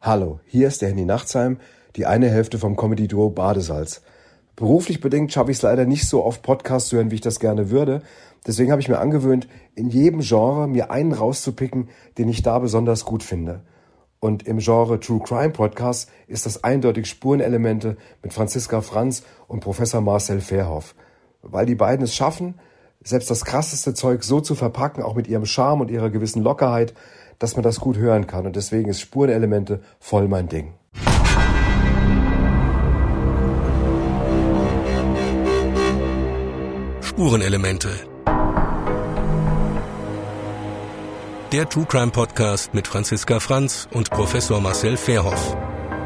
Hallo, hier ist der Henny Nachtsheim, die eine Hälfte vom Comedy-Duo Badesalz. Beruflich bedingt schaffe ich es leider nicht so oft Podcasts zu hören, wie ich das gerne würde. Deswegen habe ich mir angewöhnt, in jedem Genre mir einen rauszupicken, den ich da besonders gut finde. Und im Genre True Crime Podcast ist das eindeutig Spurenelemente mit Franziska Franz und Professor Marcel Verhoff. Weil die beiden es schaffen, selbst das krasseste Zeug so zu verpacken, auch mit ihrem Charme und ihrer gewissen Lockerheit, dass man das gut hören kann. Und deswegen ist Spurenelemente voll mein Ding. Spurenelemente. Der True Crime Podcast mit Franziska Franz und Professor Marcel Verhoff.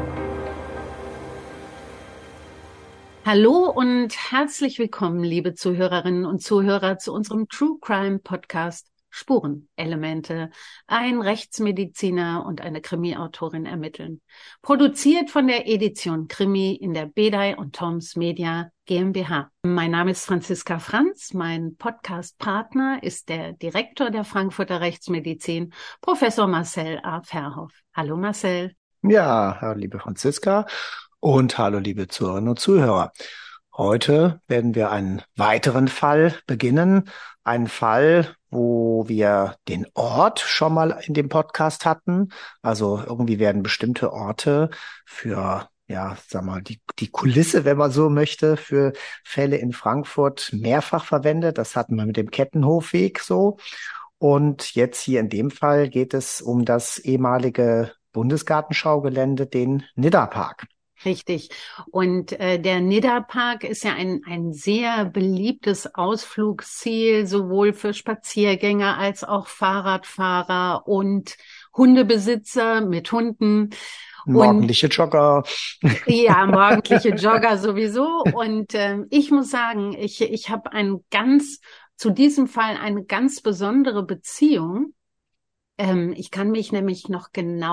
Hallo und herzlich willkommen, liebe Zuhörerinnen und Zuhörer, zu unserem True Crime Podcast Spurenelemente. Ein Rechtsmediziner und eine Krimi-Autorin ermitteln. Produziert von der Edition Krimi in der Bedei und Toms Media GmbH. Mein Name ist Franziska Franz. Mein Podcast-Partner ist der Direktor der Frankfurter Rechtsmedizin, Professor Marcel A. Verhoff. Hallo Marcel. Ja, liebe Franziska und hallo liebe Zuhörerinnen und Zuhörer. Heute werden wir einen weiteren Fall beginnen. Einen Fall, wo wir den Ort schon mal in dem Podcast hatten. Also irgendwie werden bestimmte Orte für, die Kulisse, wenn man so möchte, für Fälle in Frankfurt mehrfach verwendet. Das hatten wir mit dem Kettenhofweg so. Und jetzt hier in dem Fall geht es um das ehemalige Bundesgartenschaugelände, den Nidda-Park. Richtig. Und der Nidda-Park ist ja ein sehr beliebtes Ausflugsziel, sowohl für Spaziergänger als auch Fahrradfahrer und Hundebesitzer mit Hunden. Morgendliche Jogger. Ja, morgendliche Jogger sowieso. Und ich muss sagen, ich habe zu diesem Fall eine ganz besondere Beziehung. Ich kann mich nämlich noch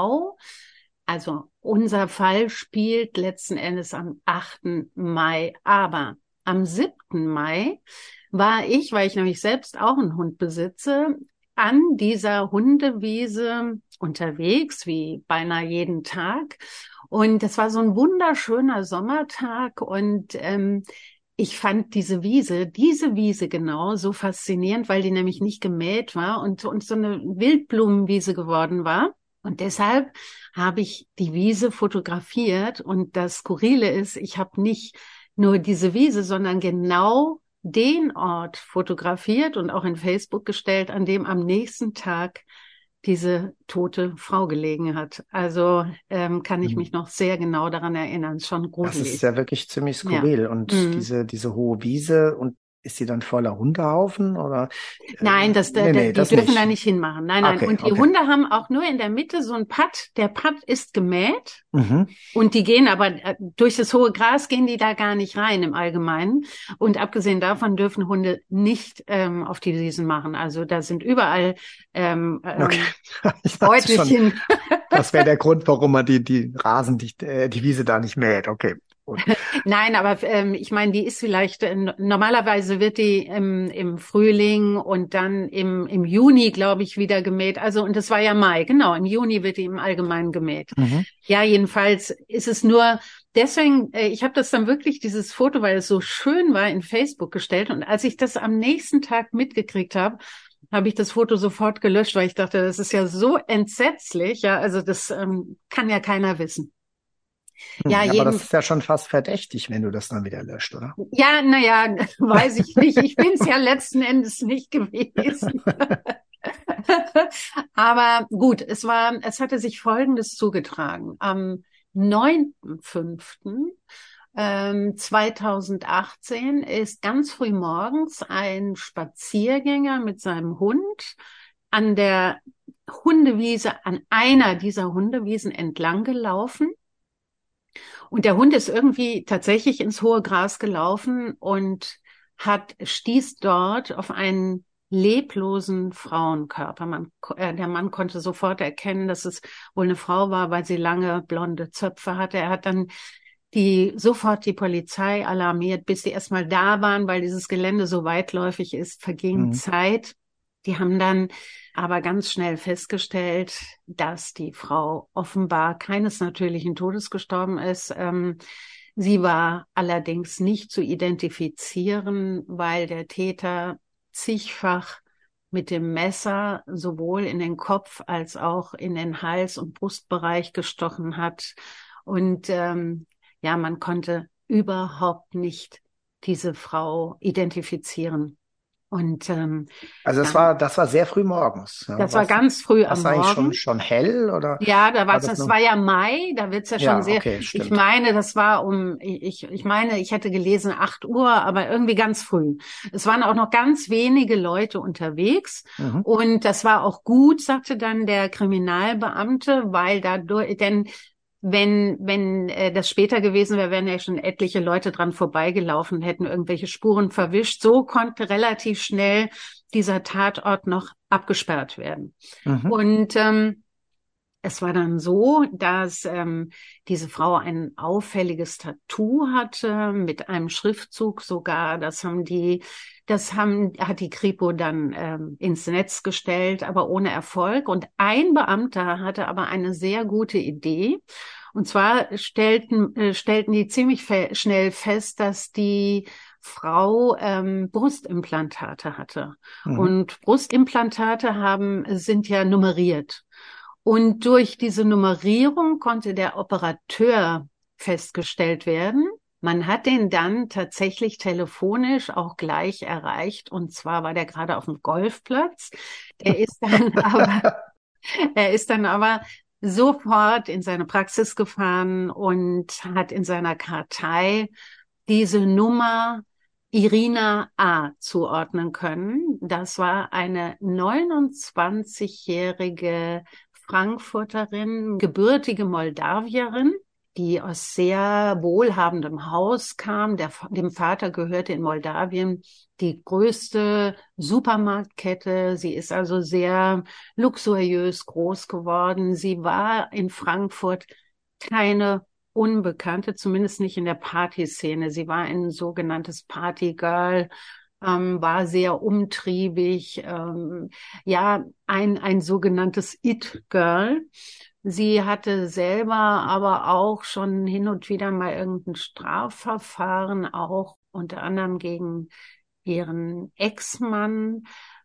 also unser Fall spielt letzten Endes am 8. Mai, aber am 7. Mai war ich, weil ich nämlich selbst auch einen Hund besitze, an dieser Hundewiese unterwegs, wie beinahe jeden Tag. Und das war so ein wunderschöner Sommertag und ich fand diese Wiese genau so faszinierend, weil die nämlich nicht gemäht war und so eine Wildblumenwiese geworden war. Und deshalb habe ich die Wiese fotografiert. Und das Skurrile ist, ich habe nicht nur diese Wiese, sondern genau den Ort fotografiert und auch in Facebook gestellt, an dem am nächsten Tag diese tote Frau gelegen hat. Also kann ich mich noch sehr genau daran erinnern. Schon gruselig. Das ist ja wirklich ziemlich skurril. Ja. Und diese hohe Wiese, und ist sie dann voller Hundehaufen oder? Nein, die dürfen nicht. Da nicht hinmachen. Nein. Okay, und die Hunde haben auch nur in der Mitte so ein Patt. Der Patt ist gemäht. Und die gehen aber durch das hohe Gras gehen die da gar nicht rein im Allgemeinen. Und abgesehen davon dürfen Hunde nicht auf die Wiesen machen. Also da sind überall Beutelchen. Das wäre der Grund, warum man die Wiese da nicht mäht. Okay. Nein, aber ich meine, die ist vielleicht, normalerweise wird die im Frühling und dann im Juni, glaube ich, wieder gemäht. Also, und das war ja Mai, genau, im Juni wird die im Allgemeinen gemäht. Ja, jedenfalls ist es nur deswegen, ich habe das dann wirklich, dieses Foto, weil es so schön war, in Facebook gestellt. Und als ich das am nächsten Tag mitgekriegt habe ich das Foto sofort gelöscht, weil ich dachte, das ist ja so entsetzlich. Ja, also das kann ja keiner wissen. Ja, aber das ist ja schon fast verdächtig, wenn du das dann wieder löscht, oder? Ja, weiß ich nicht. Ich bin es ja letzten Endes nicht gewesen. Aber gut, es hatte sich Folgendes zugetragen. Am 9.5.2018 ist ganz früh morgens ein Spaziergänger mit seinem Hund an der Hundewiese, an einer dieser Hundewiesen entlang gelaufen. Und der Hund ist irgendwie tatsächlich ins hohe Gras gelaufen und stieß dort auf einen leblosen Frauenkörper. Der Mann konnte sofort erkennen, dass es wohl eine Frau war, weil sie lange blonde Zöpfe hatte. Er hat dann sofort die Polizei alarmiert, bis sie erstmal da waren, weil dieses Gelände so weitläufig ist, verging Zeit. Die haben dann aber ganz schnell festgestellt, dass die Frau offenbar keines natürlichen Todes gestorben ist. Sie war allerdings nicht zu identifizieren, weil der Täter zigfach mit dem Messer sowohl in den Kopf als auch in den Hals- und Brustbereich gestochen hat. Und man konnte überhaupt nicht diese Frau identifizieren. Und Also das war sehr früh morgens. Ja. das war ganz früh War am es eigentlich Morgen. schon hell oder Ja, war das das noch? war ja Mai, da wird's ja schon Ja, sehr, okay, ich stimmt. meine, das war ich meine, ich hätte gelesen 8 Uhr, aber irgendwie ganz früh. Es waren auch noch ganz wenige Leute unterwegs Mhm. und das war auch gut, sagte dann der Kriminalbeamte, weil dadurch, denn wenn das später gewesen wäre, wären ja schon etliche Leute dran vorbeigelaufen, hätten irgendwelche Spuren verwischt. So konnte relativ schnell dieser Tatort noch abgesperrt werden. Mhm. Und es war dann so, dass diese Frau ein auffälliges Tattoo hatte mit einem Schriftzug sogar. Hat die Kripo dann ins Netz gestellt, aber ohne Erfolg. Und ein Beamter hatte aber eine sehr gute Idee. Und zwar stellten die ziemlich schnell fest, dass die Frau Brustimplantate hatte. Mhm. Und Brustimplantate sind ja nummeriert. Und durch diese Nummerierung konnte der Operateur festgestellt werden. Man hat den dann tatsächlich telefonisch auch gleich erreicht. Und zwar war der gerade auf dem Golfplatz. Er ist dann er ist dann aber sofort in seine Praxis gefahren und hat in seiner Kartei diese Nummer Irina A. zuordnen können. Das war eine 29-jährige Frankfurterin, gebürtige Moldawierin, die aus sehr wohlhabendem Haus kam. Dem Vater gehörte in Moldawien die größte Supermarktkette. Sie ist also sehr luxuriös groß geworden. Sie war in Frankfurt keine Unbekannte, zumindest nicht in der Partyszene. Sie war ein sogenanntes Partygirl, war sehr umtriebig, ein sogenanntes It-Girl. Sie hatte selber aber auch schon hin und wieder mal irgendein Strafverfahren, auch unter anderem gegen ihren Ex-Mann.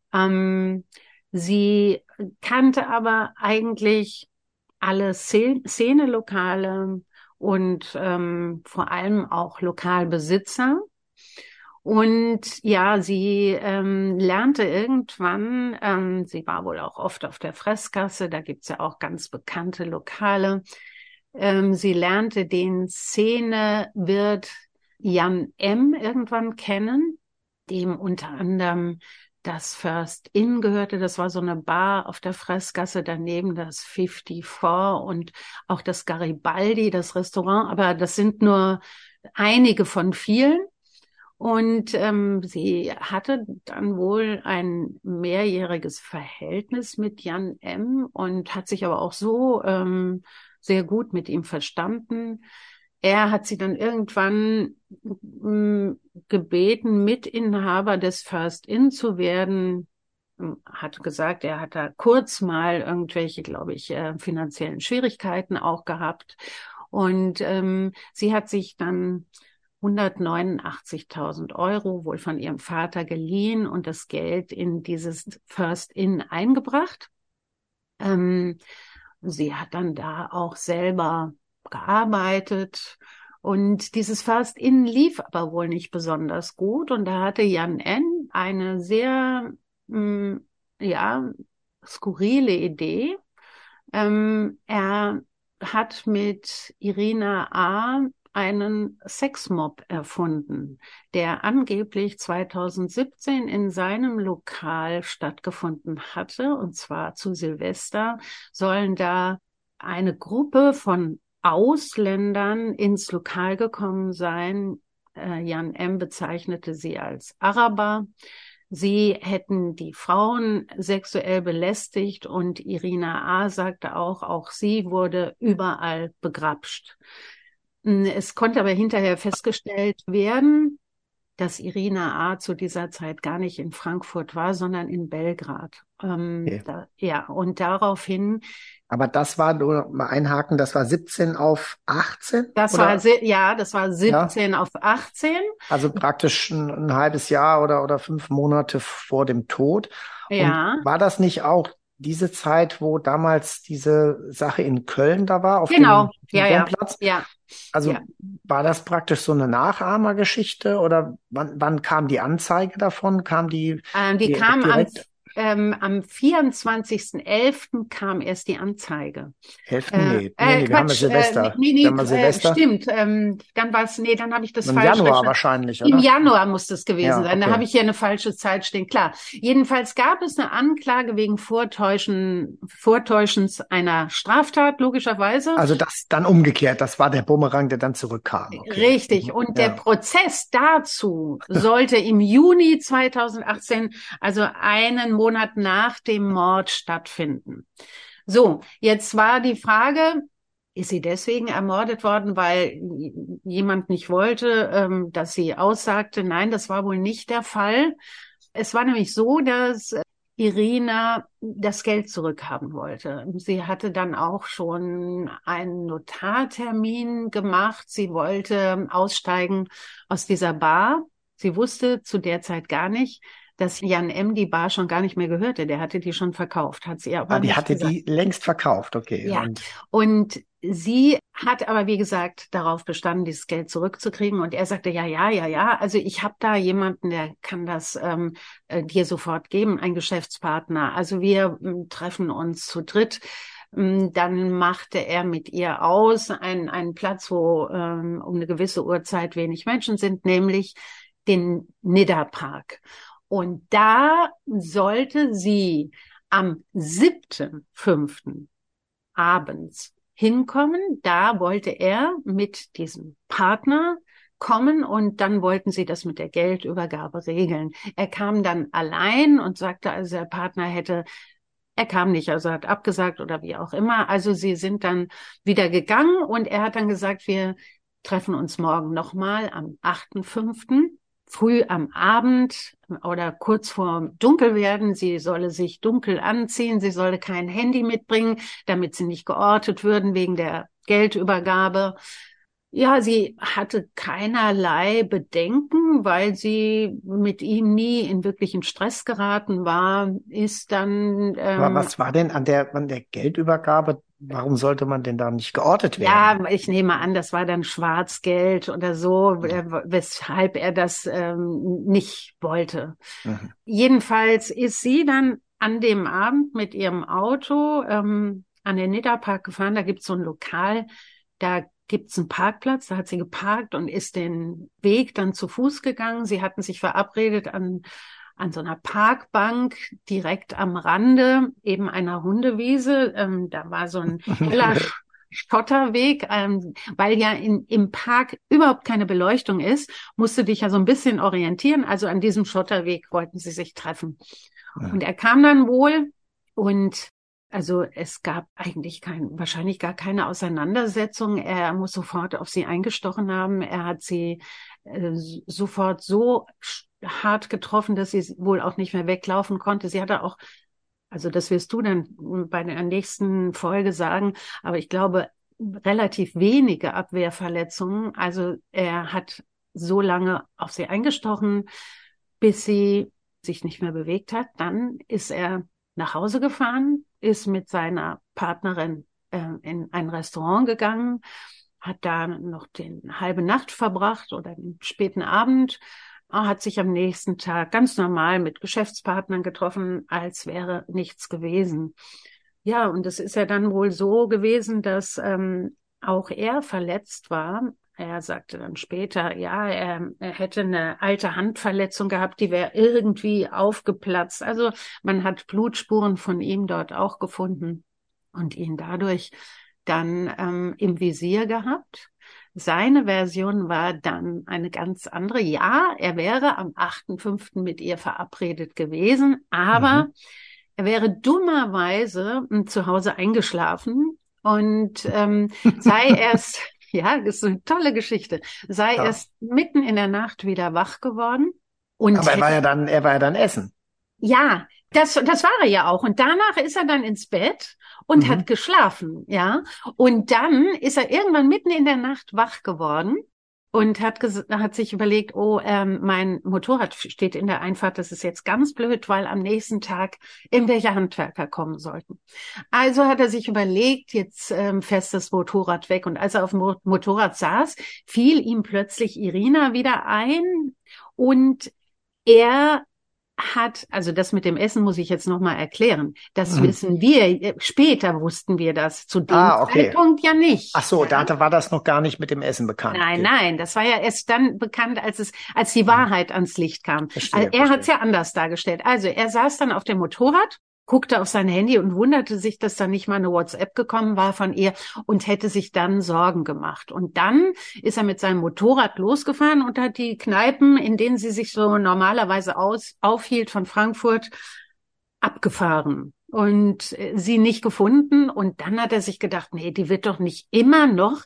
Sie kannte aber eigentlich alle Szenelokale und vor allem auch Lokalbesitzer. Und ja, sie lernte irgendwann, sie war wohl auch oft auf der Fressgasse, da gibt's ja auch ganz bekannte Lokale. Sie lernte den Szenewirt Jan M. irgendwann kennen, dem unter anderem das First Inn gehörte. Das war so eine Bar auf der Fressgasse, daneben das 54 und auch das Garibaldi, das Restaurant. Aber das sind nur einige von vielen. Und sie hatte dann wohl ein mehrjähriges Verhältnis mit Jan M. und hat sich aber auch so sehr gut mit ihm verstanden. Er hat sie dann irgendwann gebeten, Mitinhaber des First Inn zu werden. Hat gesagt, er hat da kurz mal irgendwelche, glaube ich, finanziellen Schwierigkeiten auch gehabt. Und sie hat sich dann 189.000 Euro wohl von ihrem Vater geliehen und das Geld in dieses First Inn eingebracht. Sie hat dann da auch selber gearbeitet und dieses First Inn lief aber wohl nicht besonders gut und da hatte Jan N. eine sehr, skurrile Idee. Er hat mit Irina A. einen Sexmob erfunden, der angeblich 2017 in seinem Lokal stattgefunden hatte. Und zwar zu Silvester sollen da eine Gruppe von Ausländern ins Lokal gekommen sein. Jan M. bezeichnete sie als Araber. Sie hätten die Frauen sexuell belästigt und Irina A. sagte auch sie wurde überall begrapscht. Es konnte aber hinterher festgestellt werden, dass Irina A. zu dieser Zeit gar nicht in Frankfurt war, sondern in Belgrad. Okay. Und daraufhin. Aber das war, nur mal einhaken, das war 17 auf 18? Das oder? Das war 17 auf 18. Also praktisch ein halbes Jahr oder 5 Monate vor dem Tod. Ja. Und war das nicht auch diese Zeit, wo damals diese Sache in Köln da war, auf Genau. dem Domplatz? Ja. Also Ja. war das praktisch so eine Nachahmergeschichte oder wann kam die Anzeige davon? Kam die kam direkt? Am 24.11. kam erst die Anzeige. 11. Nee, wir haben ja Silvester. Stimmt. Dann habe ich das Im falsch Januar verstanden. Wahrscheinlich, oder? Im Januar muss das gewesen sein. Okay. Da habe ich hier eine falsche Zeit stehen. Klar. Jedenfalls gab es eine Anklage wegen Vortäuschens einer Straftat, logischerweise. Also das dann umgekehrt. Das war der Bumerang, der dann zurückkam. Okay. Richtig. Und der Prozess dazu sollte im Juni 2018, also einen Monat nach dem Mord, stattfinden. So, jetzt war die Frage, ist sie deswegen ermordet worden, weil jemand nicht wollte, dass sie aussagte? Nein, das war wohl nicht der Fall. Es war nämlich so, dass Irina das Geld zurückhaben wollte. Sie hatte dann auch schon einen Notartermin gemacht. Sie wollte aussteigen aus dieser Bar. Sie wusste zu der Zeit gar nicht, dass Jan M. die Bar schon gar nicht mehr gehörte. Der hatte die schon verkauft, hat sie aber die nicht hatte gesagt. die längst verkauft, okay. Ja. Und sie hat aber, wie gesagt, darauf bestanden, dieses Geld zurückzukriegen. Und er sagte, ja. Also ich habe da jemanden, der kann das dir sofort geben, ein Geschäftspartner. Also wir treffen uns zu dritt. Dann machte er mit ihr aus einen Platz, wo um eine gewisse Uhrzeit wenig Menschen sind, nämlich den Nidda-Park. Und da sollte sie am 7.5. abends hinkommen. Da wollte er mit diesem Partner kommen und dann wollten sie das mit der Geldübergabe regeln. Er kam dann allein und sagte, also der Partner er kam nicht, also hat abgesagt oder wie auch immer. Also sie sind dann wieder gegangen und er hat dann gesagt, wir treffen uns morgen nochmal am 8.5. früh am Abend oder kurz vor Dunkelwerden. Sie solle sich dunkel anziehen, sie solle kein Handy mitbringen, damit sie nicht geortet würden wegen der Geldübergabe. Ja, sie hatte keinerlei Bedenken, weil sie mit ihm nie in wirklichen Stress geraten war, ist dann... Aber was war denn an der Geldübergabe? Warum sollte man denn da nicht geortet werden? Ja, ich nehme an, das war dann Schwarzgeld oder so, weshalb er das nicht wollte. Mhm. Jedenfalls ist sie dann an dem Abend mit ihrem Auto an den Nidda-Park gefahren. Da gibt's so ein Lokal, da gibt's einen Parkplatz, da hat sie geparkt und ist den Weg dann zu Fuß gegangen. Sie hatten sich verabredet an so einer Parkbank direkt am Rande eben einer Hundewiese. Da war so ein heller Schotterweg, weil ja im Park überhaupt keine Beleuchtung ist, musst du dich ja so ein bisschen orientieren. Also an diesem Schotterweg wollten sie sich treffen. Ja. Und er kam dann wohl und also es gab eigentlich wahrscheinlich gar keine Auseinandersetzung. Er muss sofort auf sie eingestochen haben. Er hat sie sofort so hart getroffen, dass sie wohl auch nicht mehr weglaufen konnte. Sie hatte auch, also das wirst du dann bei der nächsten Folge sagen, aber ich glaube, relativ wenige Abwehrverletzungen. Also er hat so lange auf sie eingestochen, bis sie sich nicht mehr bewegt hat. Dann ist er nach Hause gefahren, ist mit seiner Partnerin in ein Restaurant gegangen, hat da noch den halbe Nacht verbracht oder den späten Abend, hat sich am nächsten Tag ganz normal mit Geschäftspartnern getroffen, als wäre nichts gewesen. Ja, und es ist ja dann wohl so gewesen, dass auch er verletzt war. Er sagte dann später, ja, er hätte eine alte Handverletzung gehabt, die wäre irgendwie aufgeplatzt. Also man hat Blutspuren von ihm dort auch gefunden und ihn dadurch dann im Visier gehabt. Seine Version war dann eine ganz andere. Ja, er wäre am 8.5. mit ihr verabredet gewesen, aber er wäre dummerweise zu Hause eingeschlafen und sei erst ja, das ist eine tolle Geschichte, sei Ja. erst mitten in der Nacht wieder wach geworden und Aber er war ja dann essen. ja, das war er ja auch. Und danach ist er dann ins Bett und Mhm. hat geschlafen, ja. Und dann ist er irgendwann mitten in der Nacht wach geworden und hat sich überlegt, oh, mein Motorrad steht in der Einfahrt, das ist jetzt ganz blöd, weil am nächsten Tag irgendwelche Handwerker kommen sollten. Also hat er sich überlegt, jetzt fährst das Motorrad weg. Und als er auf dem Motorrad saß, fiel ihm plötzlich Irina wieder ein und er also das mit dem Essen muss ich jetzt nochmal erklären. Das wissen wir, später wussten wir das, zu dem Okay. Zeitpunkt ja nicht. Ach so, ja? da war das noch gar nicht mit dem Essen bekannt. Nein, das war ja erst dann bekannt, als die Wahrheit ans Licht kam. Verstehe, Er hat es ja anders dargestellt. Also er saß dann auf dem Motorrad, guckte auf sein Handy und wunderte sich, dass da nicht mal eine WhatsApp gekommen war von ihr und hätte sich dann Sorgen gemacht. Und dann ist er mit seinem Motorrad losgefahren und hat die Kneipen, in denen sie sich so normalerweise aufhielt von Frankfurt, abgefahren und sie nicht gefunden. Und dann hat er sich gedacht, nee, die wird doch nicht immer noch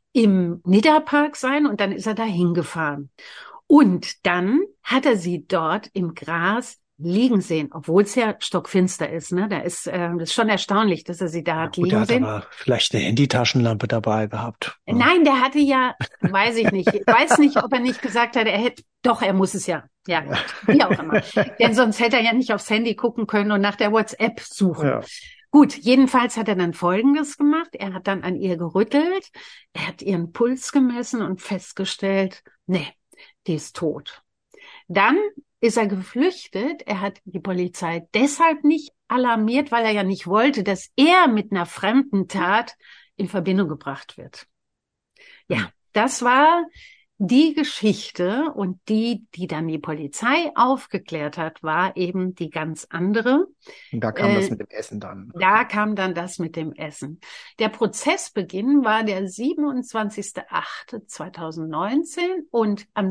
im Nidda-Park sein. Und dann ist er da hingefahren. Und dann hat er sie dort im Gras liegen sehen, obwohl es ja stockfinster ist. Ne? Das ist schon erstaunlich, dass er sie da hat Gut, liegen der hat sehen. aber vielleicht eine Handytaschenlampe dabei gehabt. Ja. Nein, der hatte ja, weiß ich nicht. Ich weiß nicht, ob er nicht gesagt hat, er muss es ja. Ja, wie auch immer. Denn sonst hätte er ja nicht aufs Handy gucken können und nach der WhatsApp suchen. Ja. Gut, jedenfalls hat er dann Folgendes gemacht. Er hat dann an ihr gerüttelt, er hat ihren Puls gemessen und festgestellt, nee, die ist tot. Dann ist er geflüchtet. Er hat die Polizei deshalb nicht alarmiert, weil er ja nicht wollte, dass er mit einer fremden Tat in Verbindung gebracht wird. Ja, das war die Geschichte und die dann die Polizei aufgeklärt hat, war eben die ganz andere. Und da kam das mit dem Essen dann. Da kam dann das mit dem Essen. Der Prozessbeginn war der 27.08.2019 und am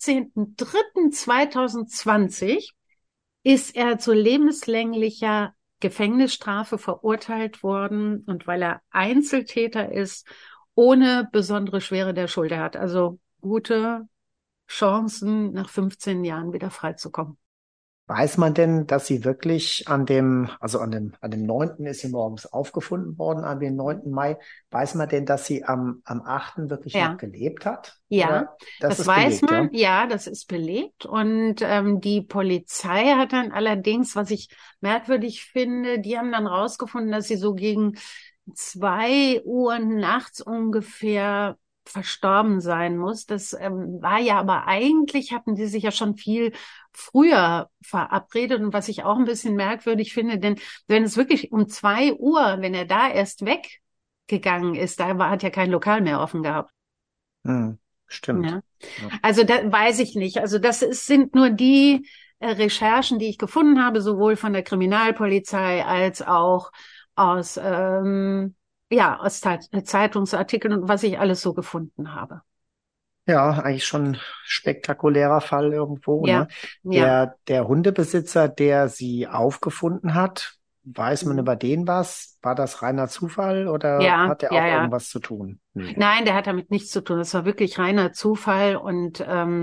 16.03.2020 ist er zu lebenslänglicher Gefängnisstrafe verurteilt worden und weil er Einzeltäter ist, ohne besondere Schwere der Schuld. Er hat also gute Chancen, nach 15 Jahren wieder freizukommen. Weiß man denn, dass sie wirklich an dem 9. ist sie morgens aufgefunden worden, an dem 9. Mai. Weiß man denn, dass sie am 8. wirklich noch gelebt hat? Ja, oder das ist weiß belegt, man. Ja, das ist belegt. Und die Polizei hat dann allerdings, was ich merkwürdig finde, die haben dann rausgefunden, dass sie so gegen 2 Uhr nachts ungefähr verstorben sein muss. Das war ja aber eigentlich, hatten die sich ja schon viel früher verabredet und was ich auch ein bisschen merkwürdig finde, denn wenn es wirklich um 2 Uhr, wenn er da erst weggegangen ist, hat ja kein Lokal mehr offen gehabt. Stimmt. Ja. Also da weiß ich nicht. Also sind nur die Recherchen, die ich gefunden habe, sowohl von der Kriminalpolizei als auch aus Zeitungsartikeln und was ich alles so gefunden habe. Ja, eigentlich schon ein spektakulärer Fall irgendwo. Ja, ne? Der Hundebesitzer, der sie aufgefunden hat, weiß man über den was? War das reiner Zufall oder hat der auch irgendwas zu tun? Nee. Nein, der hat damit nichts zu tun. Das war wirklich reiner Zufall und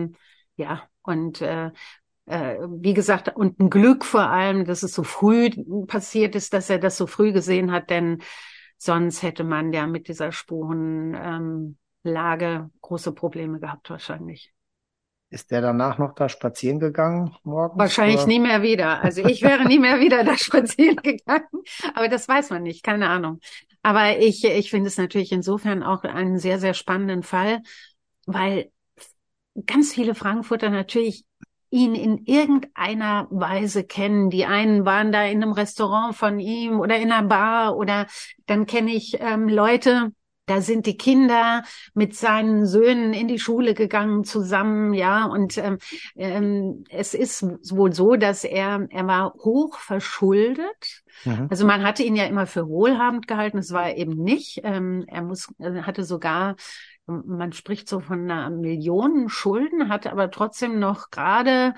wie gesagt, und ein Glück vor allem, dass es so früh passiert ist, dass er das so früh gesehen hat, denn sonst hätte man ja mit dieser Spurenlage große Probleme gehabt wahrscheinlich. Ist der danach noch da spazieren gegangen morgens? Wahrscheinlich oder? nie mehr wieder. Also ich wäre nie mehr wieder da spazieren gegangen. Aber das weiß man nicht, keine Ahnung. Aber ich finde es natürlich insofern auch einen sehr, sehr spannenden Fall, weil ganz viele Frankfurter natürlich ihn in irgendeiner Weise kennen. Die einen waren da in einem Restaurant von ihm oder in einer Bar oder dann kenne ich Leute, da sind die Kinder mit seinen Söhnen in die Schule gegangen zusammen, ja. Und es ist wohl so, dass er war hoch verschuldet. Also man hatte ihn ja immer für wohlhabend gehalten. Das war er eben nicht. Hatte sogar, man spricht so von einer Million Schulden, hatte aber trotzdem noch gerade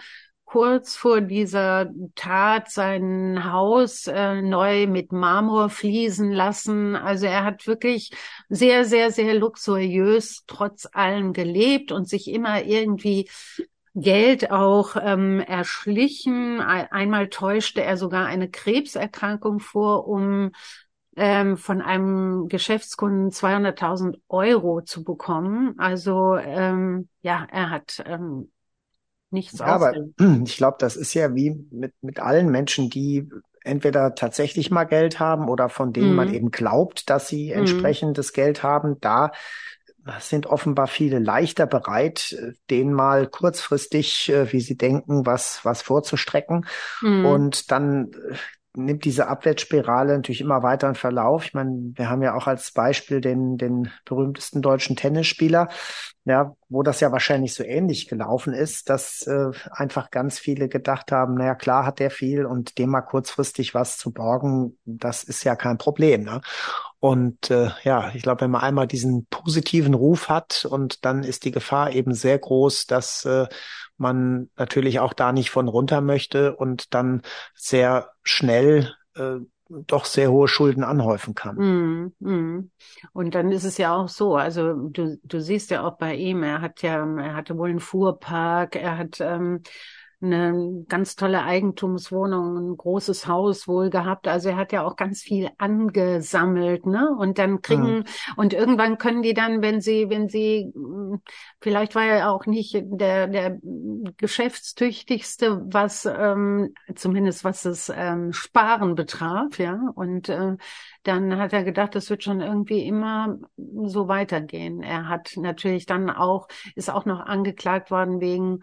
kurz vor dieser Tat sein Haus neu mit Marmor fließen lassen. Also er hat wirklich sehr, sehr, sehr luxuriös trotz allem gelebt und sich immer irgendwie Geld auch erschlichen. Einmal täuschte er sogar eine Krebserkrankung vor, um von einem Geschäftskunden 200.000 Euro zu bekommen. Also ja, er hat nichts Ja, aber ausgelernt. ich glaube, das ist ja wie mit allen Menschen, die entweder tatsächlich mal Geld haben oder von denen man Mhm. eben glaubt, dass sie Mhm. entsprechendes Geld haben. Da sind offenbar viele leichter bereit, denen mal kurzfristig, wie sie denken, was vorzustrecken. Mhm. Und dann nimmt diese Abwärtsspirale natürlich immer weiter einen Verlauf. Ich meine, wir haben ja auch als Beispiel den berühmtesten deutschen Tennisspieler, ja, wo das ja wahrscheinlich so ähnlich gelaufen ist, dass einfach ganz viele gedacht haben, naja, klar hat der viel und dem mal kurzfristig was zu borgen, das ist ja kein Problem, ne? Und ja, ich glaube, wenn man einmal diesen positiven Ruf hat und dann ist die Gefahr eben sehr groß, dass man natürlich auch da nicht von runter möchte und dann sehr schnell doch sehr hohe Schulden anhäufen kann. Mhm. Mhm. Und dann ist es ja auch so, also du siehst ja auch bei ihm, er hatte wohl einen Fuhrpark, er hat eine ganz tolle Eigentumswohnung, ein großes Haus wohl gehabt. Also er hat ja auch ganz viel angesammelt, ne? Und dann Hm. und irgendwann können die dann, vielleicht war er auch nicht der geschäftstüchtigste, zumindest was das Sparen betraf, ja. Und dann hat er gedacht, das wird schon irgendwie immer so weitergehen. Er hat natürlich ist auch noch angeklagt worden wegen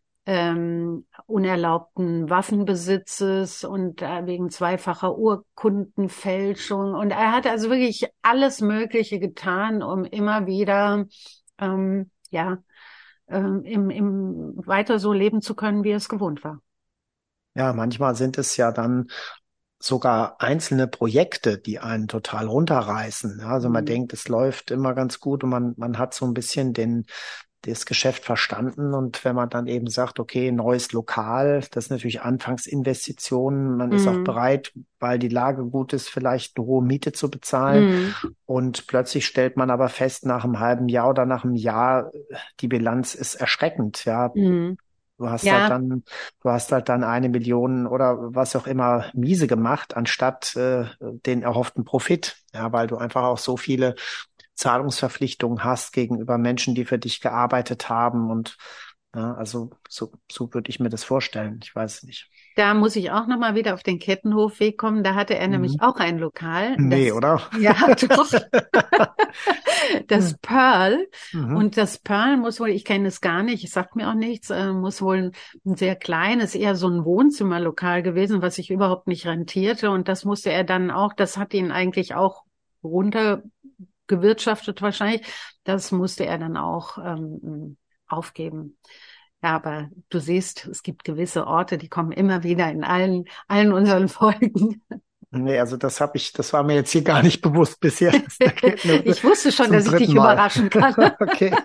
unerlaubten Waffenbesitzes und wegen zweifacher Urkundenfälschung. Und er hat also wirklich alles Mögliche getan, um immer wieder ja im weiter so leben zu können, wie er es gewohnt war. Ja, manchmal sind es ja dann sogar einzelne Projekte, die einen total runterreißen. Ja, also man Mhm. denkt, es läuft immer ganz gut und man hat so ein bisschen das Geschäft verstanden. Und wenn man dann eben sagt, okay, neues Lokal, das ist natürlich Anfangsinvestitionen. Man ist auch Mhm. bereit, weil die Lage gut ist, vielleicht eine hohe Miete zu bezahlen. Mhm. Und plötzlich stellt man aber fest, nach einem halben Jahr oder nach einem Jahr, die Bilanz ist erschreckend. Ja, Mhm. Du hast halt Ja. dann, du hast halt dann 1 Million oder was auch immer miese gemacht, anstatt den erhofften Profit. Ja, weil du einfach auch so viele Zahlungsverpflichtungen hast gegenüber Menschen, die für dich gearbeitet haben. Und ja, also so würde ich mir das vorstellen. Ich weiß es nicht. Da muss ich auch nochmal wieder auf den Kettenhofweg kommen. Da hatte er Mhm. nämlich auch ein Lokal, Nee, oder? ja, doch, das Hm. Pearl. Mhm. Und das Pearl muss wohl, ich kenne es gar nicht, es sagt mir auch nichts, muss wohl ein sehr kleines, eher so ein Wohnzimmerlokal gewesen, was sich überhaupt nicht rentierte. Und das musste er dann auch, das hat ihn eigentlich auch runtergewirtschaftet wahrscheinlich. Das musste er dann auch aufgeben. Ja, aber du siehst, es gibt gewisse Orte, die kommen immer wieder in allen unseren Folgen. Nee, also das war mir jetzt hier gar nicht bewusst bisher. Das geht nur Ich wusste schon, zum dass ich dritten dich Mal. überraschen kann. Okay.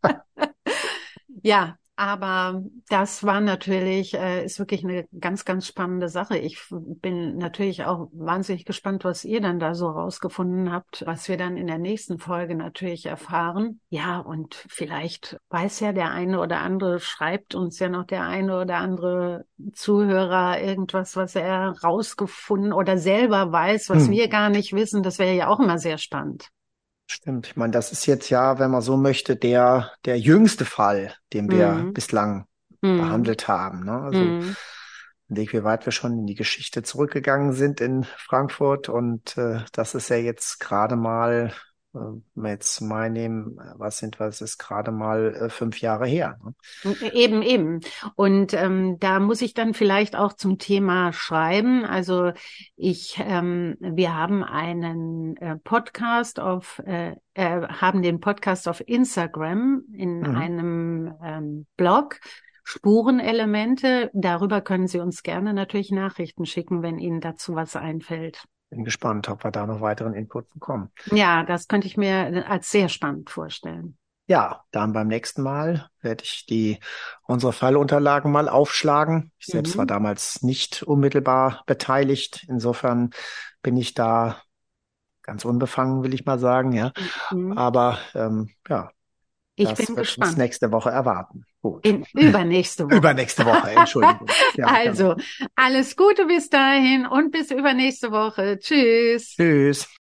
Ja, aber das war natürlich, ist wirklich eine ganz, ganz spannende Sache. Ich bin natürlich auch wahnsinnig gespannt, was ihr dann da so rausgefunden habt, was wir dann in der nächsten Folge natürlich erfahren. Ja, und vielleicht weiß ja der eine oder andere, schreibt uns ja noch der eine oder andere Zuhörer irgendwas, was er rausgefunden oder selber weiß, was Hm. wir gar nicht wissen. Das wäre ja auch immer sehr spannend. Stimmt. Ich meine, das ist jetzt ja, wenn man so möchte, der jüngste Fall, den wir Hm, bislang hm, behandelt haben. Ne? Also, hm. wie weit wir schon in die Geschichte zurückgegangen sind in Frankfurt. Und das ist ja jetzt gerade mal, wenn wir jetzt mal nehmen, was ist gerade mal 5 Jahre her. Ne? Eben, eben. Und da muss ich dann vielleicht auch zum Thema schreiben. Also wir haben einen Podcast haben den Podcast auf Instagram in Mhm. einem Blog. Spurenelemente. Darüber können Sie uns gerne natürlich Nachrichten schicken, wenn Ihnen dazu was einfällt. Bin gespannt, ob wir da noch weiteren Input bekommen. Ja, das könnte ich mir als sehr spannend vorstellen. Ja, dann beim nächsten Mal werde ich unsere Fallunterlagen mal aufschlagen. Ich selbst war Mhm. damals nicht unmittelbar beteiligt. Insofern bin ich da ganz unbefangen, will ich mal sagen, ja. Mhm. Aber ja, Ich das bin wird uns gespannt. nächste Woche erwarten. Gut. In übernächste Woche. Übernächste Woche, Entschuldigung. Ja, genau. Also, alles Gute bis dahin und bis übernächste Woche. Tschüss. Tschüss.